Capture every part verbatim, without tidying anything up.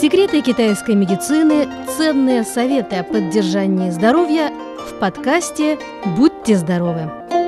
Секреты китайской медицины, ценные советы о поддержании здоровья в подкасте «Будьте здоровы».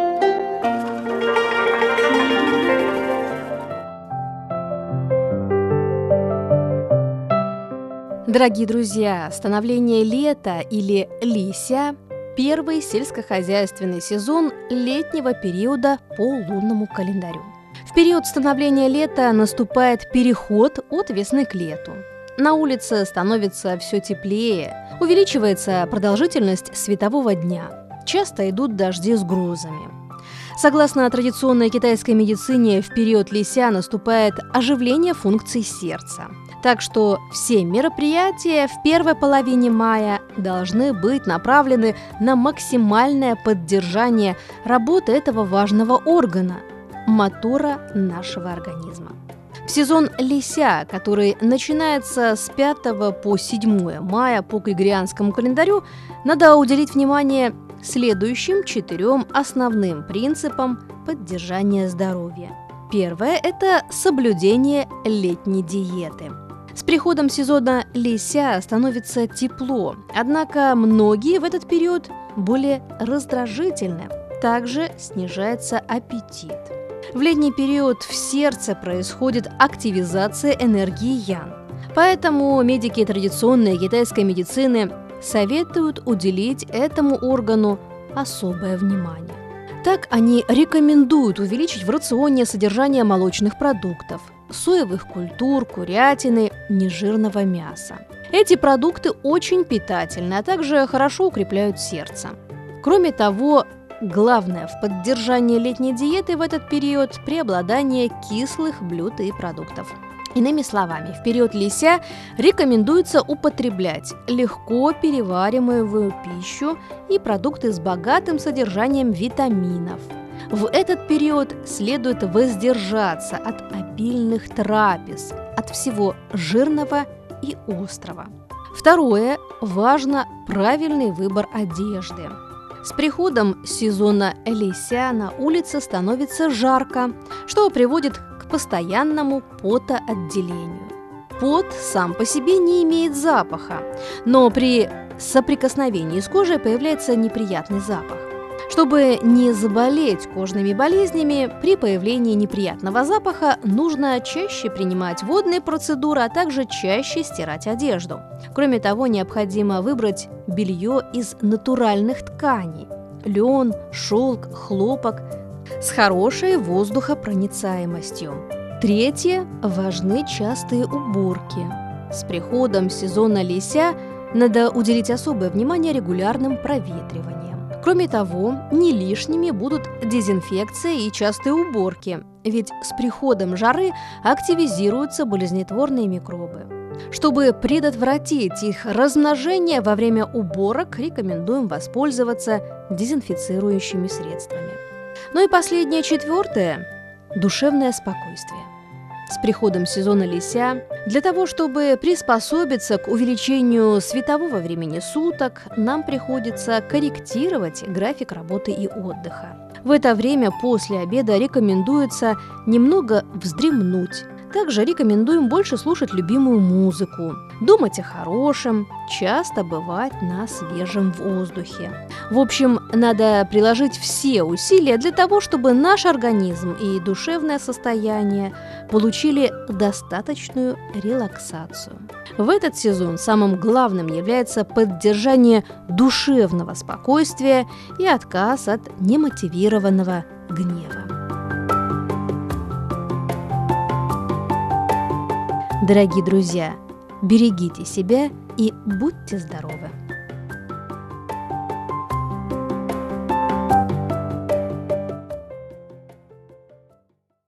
Дорогие друзья, становление лета или лися – первый сельскохозяйственный сезон летнего периода по лунному календарю. В период становления лета наступает переход от весны к лету. На улице становится все теплее, увеличивается продолжительность светового дня. Часто идут дожди с грозами. Согласно традиционной китайской медицине, в период лися наступает оживление функций сердца. Так что все мероприятия в первой половине мая должны быть направлены на максимальное поддержание работы этого важного органа – мотора нашего организма. В сезон лися, который начинается с пятого по седьмое мая по григорианскому календарю, надо уделить внимание следующим четырем основным принципам поддержания здоровья. Первое – это соблюдение летней диеты. С приходом сезона лися становится тепло, однако многие в этот период более раздражительны. Также снижается аппетит. В летний период в сердце происходит активизация энергии ян. Поэтому медики традиционной китайской медицины советуют уделить этому органу особое внимание. Так они рекомендуют увеличить в рационе содержание молочных продуктов, соевых культур, курятины, нежирного мяса. Эти продукты очень питательны, а также хорошо укрепляют сердце. Кроме того, главное в поддержании летней диеты в этот период – преобладание кислых блюд и продуктов. Иными словами, в период лися рекомендуется употреблять легко перевариваемую пищу и продукты с богатым содержанием витаминов. В этот период следует воздержаться от обильных трапез, от всего жирного и острого. Второе – важно правильный выбор одежды. С приходом сезона лися на улице становится жарко, что приводит к постоянному потоотделению. Пот сам по себе не имеет запаха, но при соприкосновении с кожей появляется неприятный запах. Чтобы не заболеть кожными болезнями, при появлении неприятного запаха нужно чаще принимать водные процедуры, а также чаще стирать одежду. Кроме того, необходимо выбрать белье из натуральных тканей – лен, шелк, хлопок с хорошей воздухопроницаемостью. Третье – важны частые уборки. С приходом сезона лися надо уделить особое внимание регулярным проветриваниям. Кроме того, не лишними будут дезинфекция и частые уборки, ведь с приходом жары активизируются болезнетворные микробы. Чтобы предотвратить их размножение во время уборок, рекомендуем воспользоваться дезинфицирующими средствами. Ну и последнее, четвертое – душевное спокойствие. С приходом сезона лися, для того, чтобы приспособиться к увеличению светового времени суток, нам приходится корректировать график работы и отдыха. В это время после обеда рекомендуется немного вздремнуть. Также рекомендуем больше слушать любимую музыку, думать о хорошем, часто бывать на свежем воздухе. В общем, надо приложить все усилия для того, чтобы наш организм и душевное состояние получили достаточную релаксацию. В этот сезон самым главным является поддержание душевного спокойствия и отказ от немотивированного гнева. Дорогие друзья, берегите себя и будьте здоровы!